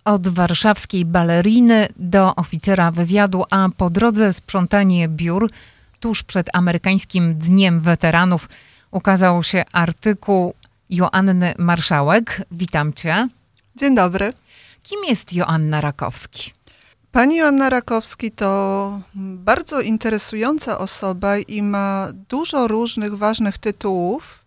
Od warszawskiej baleriny do oficera wywiadu, a po drodze sprzątanie biur. Tuż przed amerykańskim Dniem Weteranów ukazał się artykuł Joanny Marszałek. Witam cię. Dzień dobry. Kim jest Joanna Rakowski? Pani Joanna Rakowski to bardzo interesująca osoba i ma dużo różnych ważnych tytułów.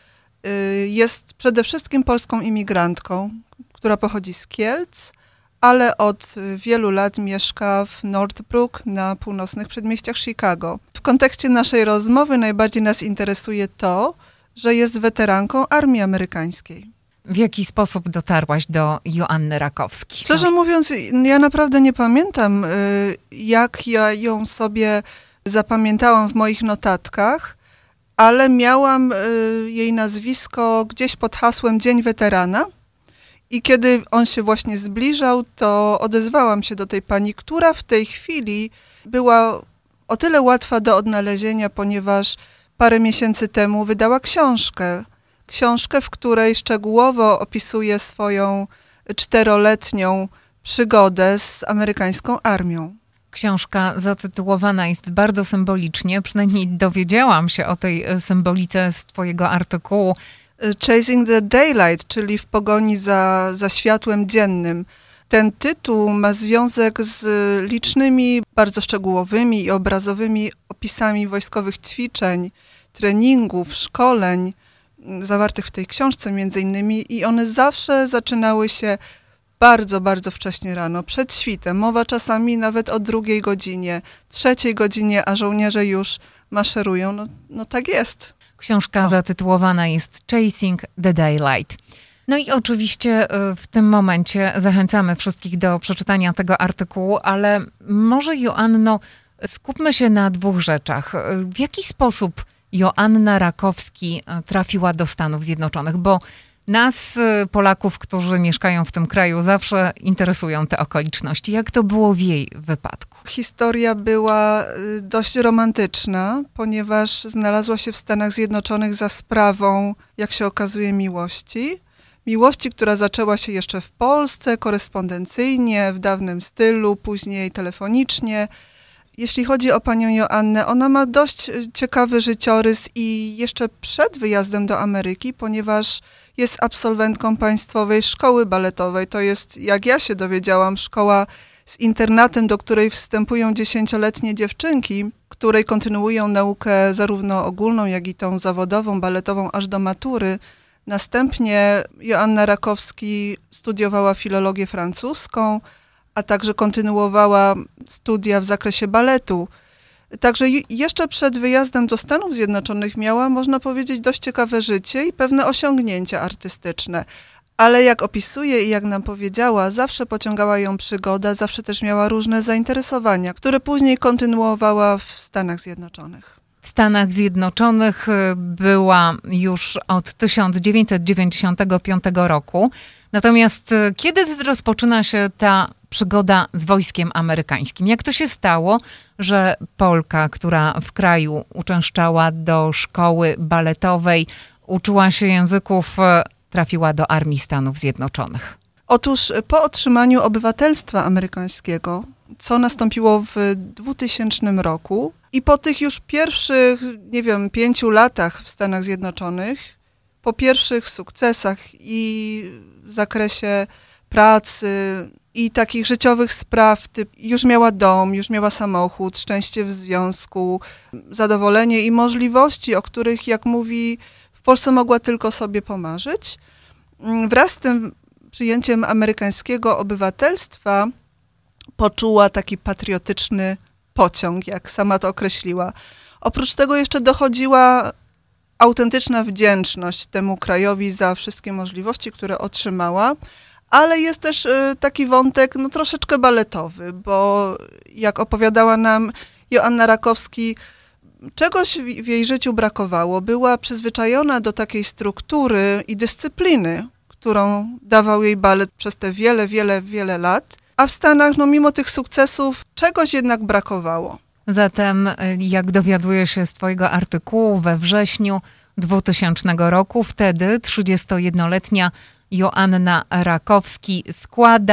Jest przede wszystkim polską imigrantką, która pochodzi z Kielc, ale od wielu lat mieszka w Northbrook na północnych przedmieściach Chicago. W kontekście naszej rozmowy najbardziej nas interesuje to, że jest weteranką armii amerykańskiej. W jaki sposób dotarłaś do Joanny Rakowski? Szczerze mówiąc, ja naprawdę nie pamiętam, jak ja ją sobie zapamiętałam w moich notatkach, ale miałam jej nazwisko gdzieś pod hasłem Dzień Weterana. I kiedy on się właśnie zbliżał, to odezwałam się do tej pani, która w tej chwili była o tyle łatwa do odnalezienia, ponieważ parę miesięcy temu wydała książkę. Książkę, w której szczegółowo opisuje swoją 4-letnią przygodę z amerykańską armią. Książka zatytułowana jest bardzo symbolicznie, przynajmniej dowiedziałam się o tej symbolice z twojego artykułu. Chasing the Daylight, czyli w pogoni za światłem dziennym. Ten tytuł ma związek z licznymi, bardzo szczegółowymi i obrazowymi opisami wojskowych ćwiczeń, treningów, szkoleń zawartych w tej książce między innymi i one zawsze zaczynały się bardzo, bardzo wcześnie rano, przed świtem. Mowa czasami nawet o 2 godzinie, 3 godzinie, a żołnierze już maszerują. No tak jest. Książka zatytułowana jest Chasing the Daylight. No i oczywiście w tym momencie zachęcamy wszystkich do przeczytania tego artykułu, ale może Joanno, skupmy się na 2 rzeczach. W jaki sposób Joanna Rakowski trafiła do Stanów Zjednoczonych? Bo nas, Polaków, którzy mieszkają w tym kraju, zawsze interesują te okoliczności. Jak to było w jej wypadku? Historia była dość romantyczna, ponieważ znalazła się w Stanach Zjednoczonych za sprawą, jak się okazuje, miłości. Miłości, która zaczęła się jeszcze w Polsce, korespondencyjnie, w dawnym stylu, później telefonicznie. Jeśli chodzi o panią Joannę, ona ma dość ciekawy życiorys i jeszcze przed wyjazdem do Ameryki, ponieważ jest absolwentką Państwowej Szkoły Baletowej. To jest, jak ja się dowiedziałam, szkoła z internatem, do której wstępują 10-letnie dziewczynki, której kontynuują naukę zarówno ogólną, jak i tą zawodową, baletową, aż do matury. Następnie Joanna Rakowski studiowała filologię francuską, a także kontynuowała studia w zakresie baletu. Także jeszcze przed wyjazdem do Stanów Zjednoczonych miała, można powiedzieć, dość ciekawe życie i pewne osiągnięcia artystyczne. Ale jak opisuje i jak nam powiedziała, zawsze pociągała ją przygoda, zawsze też miała różne zainteresowania, które później kontynuowała w Stanach Zjednoczonych. W Stanach Zjednoczonych była już od 1995 roku. Natomiast kiedy rozpoczyna się ta przygoda z wojskiem amerykańskim? Jak to się stało, że Polka, która w kraju uczęszczała do szkoły baletowej, uczyła się języków, trafiła do Armii Stanów Zjednoczonych? Otóż po otrzymaniu obywatelstwa amerykańskiego, co nastąpiło w 2000 roku i po tych już pierwszych, 5 latach w Stanach Zjednoczonych, po pierwszych sukcesach i w zakresie pracy i takich życiowych spraw, już miała dom, już miała samochód, szczęście w związku, zadowolenie i możliwości, o których, jak mówi, w Polsce mogła tylko sobie pomarzyć. Wraz z tym przyjęciem amerykańskiego obywatelstwa poczuła taki patriotyczny pociąg, jak sama to określiła. Oprócz tego jeszcze dochodziła autentyczna wdzięczność temu krajowi za wszystkie możliwości, które otrzymała, ale jest też taki wątek troszeczkę baletowy, bo jak opowiadała nam Joanna Rakowski, czegoś w jej życiu brakowało. Była przyzwyczajona do takiej struktury i dyscypliny, którą dawał jej balet przez te wiele lat, a w Stanach, mimo tych sukcesów, czegoś jednak brakowało. Zatem, jak dowiaduje się z twojego artykułu, we wrześniu 2000 roku, wtedy 31-letnia Joanna Rakowski składa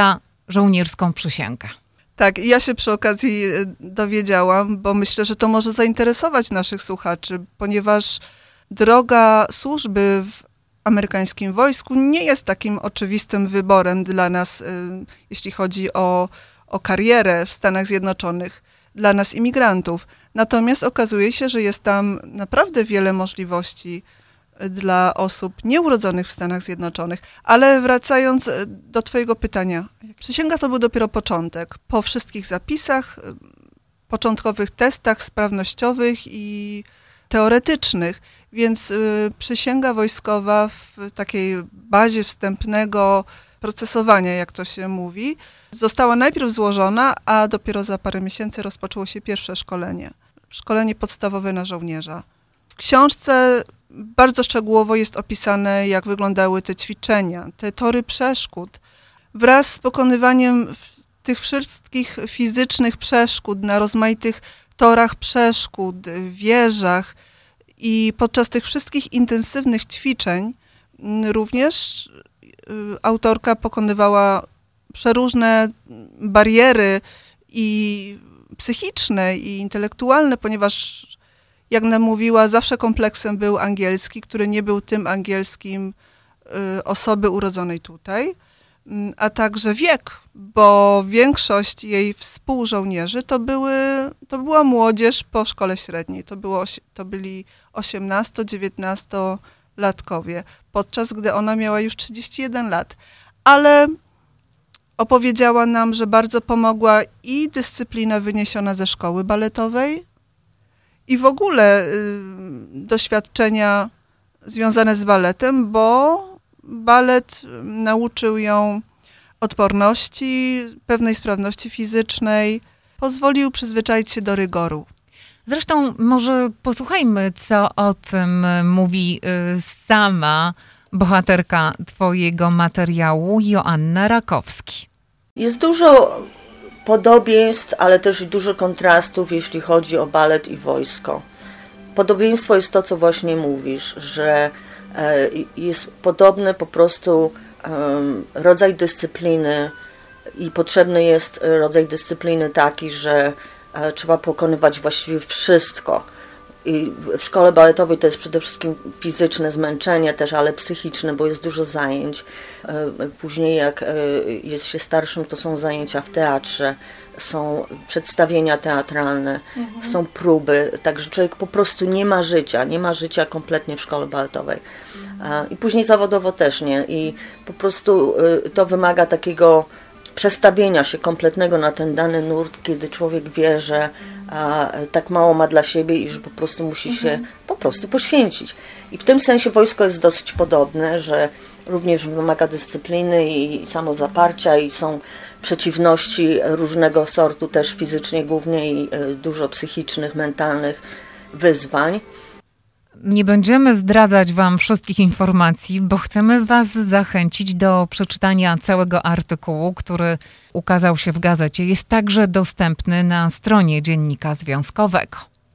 żołnierską przysięgę. Tak, ja się przy okazji dowiedziałam, bo myślę, że to może zainteresować naszych słuchaczy, ponieważ droga służby w amerykańskim wojsku nie jest takim oczywistym wyborem dla nas, jeśli chodzi o karierę w Stanach Zjednoczonych, dla nas imigrantów. Natomiast okazuje się, że jest tam naprawdę wiele możliwości dla osób nieurodzonych w Stanach Zjednoczonych. Ale wracając do twojego pytania, przysięga to był dopiero początek. Po wszystkich zapisach, początkowych testach sprawnościowych i teoretycznych, więc przysięga wojskowa w takiej bazie wstępnego procesowania, jak to się mówi, została najpierw złożona, a dopiero za parę miesięcy rozpoczęło się pierwsze szkolenie. Szkolenie podstawowe na żołnierza. W książce bardzo szczegółowo jest opisane, jak wyglądały te ćwiczenia, te tory przeszkód. Wraz z pokonywaniem tych wszystkich fizycznych przeszkód na rozmaitych torach przeszkód, wieżach i podczas tych wszystkich intensywnych ćwiczeń również autorka pokonywała przeróżne bariery i psychiczne, i intelektualne, ponieważ, jak nam mówiła, zawsze kompleksem był angielski, który nie był tym angielskim osoby urodzonej tutaj, a także wiek, bo większość jej współżołnierzy to była młodzież po szkole średniej. To byli 18-19-latkowie, podczas gdy ona miała już 31 lat. Ale opowiedziała nam, że bardzo pomogła i dyscyplina wyniesiona ze szkoły baletowej, i w ogóle doświadczenia związane z baletem, bo balet nauczył ją odporności, pewnej sprawności fizycznej, pozwolił przyzwyczaić się do rygoru. Zresztą może posłuchajmy, co o tym mówi sama bohaterka twojego materiału, Joanna Rakowski. Jest dużo podobieństw, ale też dużo kontrastów, jeśli chodzi o balet i wojsko. Podobieństwo jest to, co właśnie mówisz, że jest podobny po prostu rodzaj dyscypliny i potrzebny jest rodzaj dyscypliny taki, że trzeba pokonywać właściwie wszystko. I w szkole baletowej to jest przede wszystkim fizyczne zmęczenie też, ale psychiczne, bo jest dużo zajęć. Później jak jest się starszym, to są zajęcia w teatrze, są przedstawienia teatralne, są próby, także człowiek po prostu nie ma życia kompletnie w szkole baletowej. I później zawodowo też nie. I po prostu to wymaga takiego przestawienia się kompletnego na ten dany nurt, kiedy człowiek wie, że tak mało ma dla siebie i że po prostu musi się po prostu poświęcić. I w tym sensie wojsko jest dosyć podobne, że również wymaga dyscypliny i samozaparcia i są przeciwności różnego sortu, też fizycznie głównie i dużo psychicznych, mentalnych wyzwań. Nie będziemy zdradzać wam wszystkich informacji, bo chcemy was zachęcić do przeczytania całego artykułu, który ukazał się w gazecie. Jest także dostępny na stronie Dziennika Związkowego.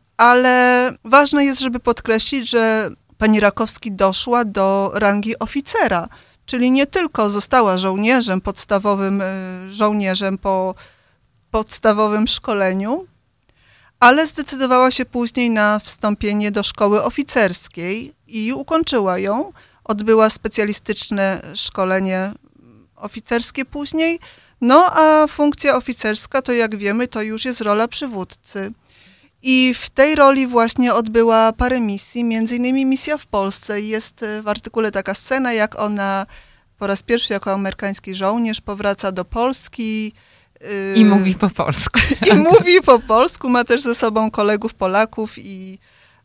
Ale ważne jest, żeby podkreślić, że pani Rakowski doszła do rangi oficera, czyli nie tylko została żołnierzem, podstawowym żołnierzem po podstawowym szkoleniu, ale zdecydowała się później na wstąpienie do szkoły oficerskiej i ukończyła ją. Odbyła specjalistyczne szkolenie oficerskie później. No a funkcja oficerska, to jak wiemy, to już jest rola przywódcy. I w tej roli właśnie odbyła parę misji, między innymi misja w Polsce. Jest w artykule taka scena, jak ona po raz pierwszy jako amerykański żołnierz powraca do Polski. I mówi po polsku. I mówi po polsku, ma też ze sobą kolegów Polaków i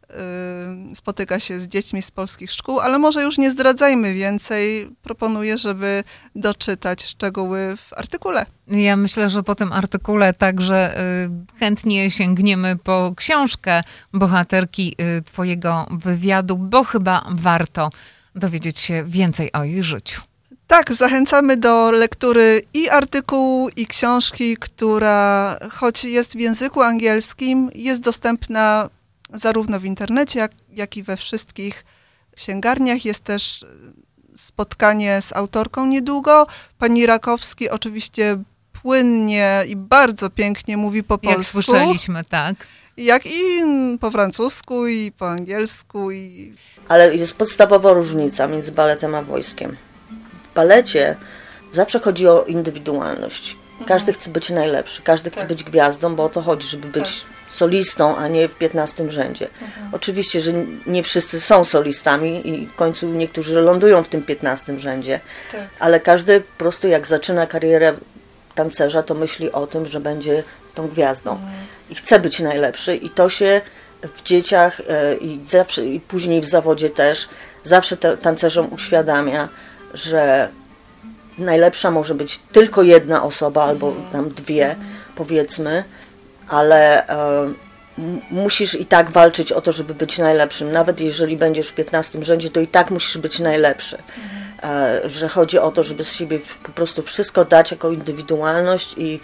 spotyka się z dziećmi z polskich szkół, ale może już nie zdradzajmy więcej. Proponuję, żeby doczytać szczegóły w artykule. Ja myślę, że po tym artykule także chętnie sięgniemy po książkę bohaterki twojego wywiadu, bo chyba warto dowiedzieć się więcej o jej życiu. Tak, zachęcamy do lektury i artykułu, i książki, która choć jest w języku angielskim, jest dostępna zarówno w internecie, jak i we wszystkich księgarniach. Jest też spotkanie z autorką niedługo. Pani Rakowski oczywiście płynnie i bardzo pięknie mówi po polsku. Jak słyszeliśmy, tak. Jak i po francusku, i po angielsku. Ale jest podstawowa różnica między baletem a wojskiem. W balecie zawsze chodzi o indywidualność. Każdy chce być najlepszy, każdy chce być gwiazdą, bo o to chodzi, żeby być solistą, a nie w 15 rzędzie. Oczywiście, że nie wszyscy są solistami i w końcu niektórzy lądują w tym 15 rzędzie, ale każdy po prostu jak zaczyna karierę tancerza, to myśli o tym, że będzie tą gwiazdą i chce być najlepszy i to się w dzieciach i zawsze, i później w zawodzie też zawsze tancerzom uświadamia, że najlepsza może być tylko jedna osoba albo tam dwie, powiedzmy, ale musisz i tak walczyć o to, żeby być najlepszym. Nawet jeżeli będziesz w 15 rzędzie, to i tak musisz być najlepszy. Że chodzi o to, żeby z siebie po prostu wszystko dać jako indywidualność i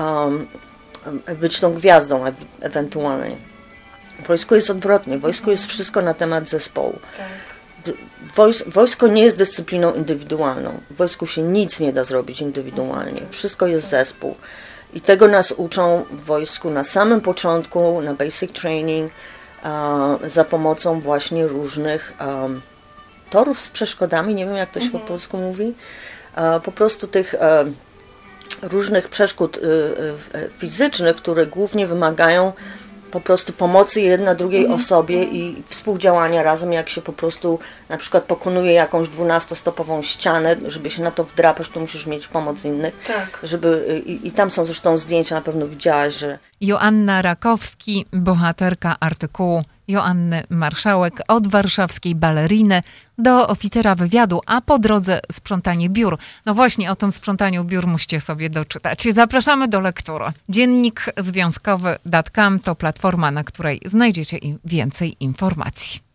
być tą gwiazdą ewentualnie. W wojsku jest odwrotnie. W wojsku jest wszystko na temat zespołu. Wojsko nie jest dyscypliną indywidualną. W wojsku się nic nie da zrobić indywidualnie. Wszystko jest zespół. I tego nas uczą w wojsku na samym początku, na basic training, za pomocą właśnie różnych torów z przeszkodami, nie wiem jak to się po polsku mówi, po prostu tych różnych przeszkód fizycznych, które głównie wymagają po prostu pomocy jedna drugiej osobie i współdziałania razem, jak się po prostu na przykład pokonuje jakąś 12-stopową ścianę, żeby się na to wdrapać, to musisz mieć pomoc innych. Żeby, i tam są zresztą zdjęcia, na pewno widziałaś, że... Joanna Rakowski, bohaterka artykułu Joanny Marszałek, od warszawskiej baleriny do oficera wywiadu, a po drodze sprzątanie biur. No właśnie o tym sprzątaniu biur musicie sobie doczytać. Zapraszamy do lektury. Dziennik związkowy.com to platforma, na której znajdziecie więcej informacji.